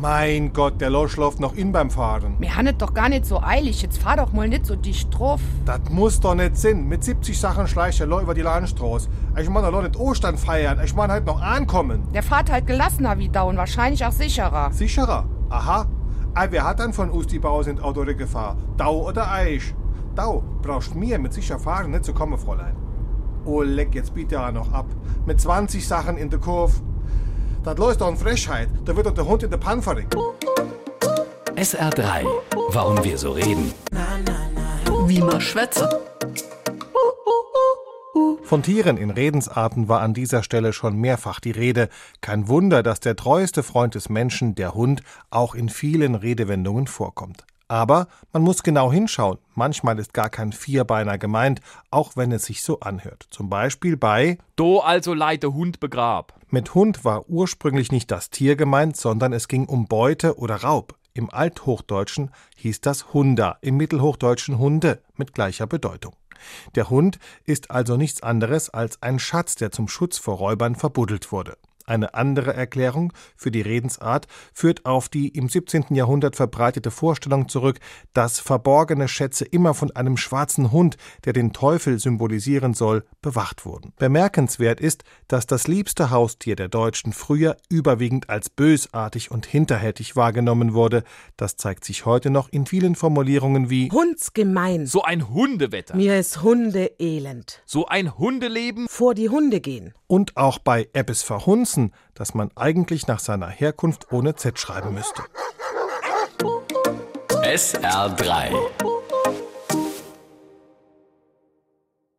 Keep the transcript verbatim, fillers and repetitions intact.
Mein Gott, der Losch läuft noch in beim Fahren. Wir haben es doch gar nicht so eilig. Jetzt fahr doch mal nicht so dicht drauf. Das muss doch nicht sein. Mit siebzig Sachen schleicht der Leute über die Landstraße. Ich meine doch nicht Ostern feiern. Ich meine halt noch ankommen. Der fährt halt gelassener wie da und wahrscheinlich auch sicherer. Sicherer? Aha. Ah, wer hat dann von uns die Bau sind Auto gefahren? Dau oder Eich? Dau, brauchst mir mit sicher fahren nicht zu kommen, Fräulein. Oh, leck, jetzt bietet er noch ab. Mit zwanzig Sachen in der Kurve. Das läuft doch eine Frechheit. Da wird doch der Hund in der Panne verrückt. S R drei. Warum wir so reden. Wie man schwätzt. Von Tieren in Redensarten war an dieser Stelle schon mehrfach die Rede. Kein Wunder, dass der treueste Freund des Menschen, der Hund, auch in vielen Redewendungen vorkommt. Aber man muss genau hinschauen. Manchmal ist gar kein Vierbeiner gemeint, auch wenn es sich so anhört. Zum Beispiel bei Do also leid der Hund begrab. Mit Hund war ursprünglich nicht das Tier gemeint, sondern es ging um Beute oder Raub. Im Althochdeutschen hieß das Hunda, im Mittelhochdeutschen Hunde mit gleicher Bedeutung. Der Hund ist also nichts anderes als ein Schatz, der zum Schutz vor Räubern verbuddelt wurde. Eine andere Erklärung für die Redensart führt auf die im siebzehnten Jahrhundert verbreitete Vorstellung zurück, dass verborgene Schätze immer von einem schwarzen Hund, der den Teufel symbolisieren soll, bewacht wurden. Bemerkenswert ist, dass das liebste Haustier der Deutschen früher überwiegend als bösartig und hinterhältig wahrgenommen wurde. Das zeigt sich heute noch in vielen Formulierungen wie Hundsgemein. So ein Hundewetter. Mir ist Hundeelend. So ein Hundeleben. Vor die Hunde gehen. Und auch bei Ebbes verhunzen, dass man eigentlich nach seiner Herkunft ohne Z schreiben müsste. S R drei.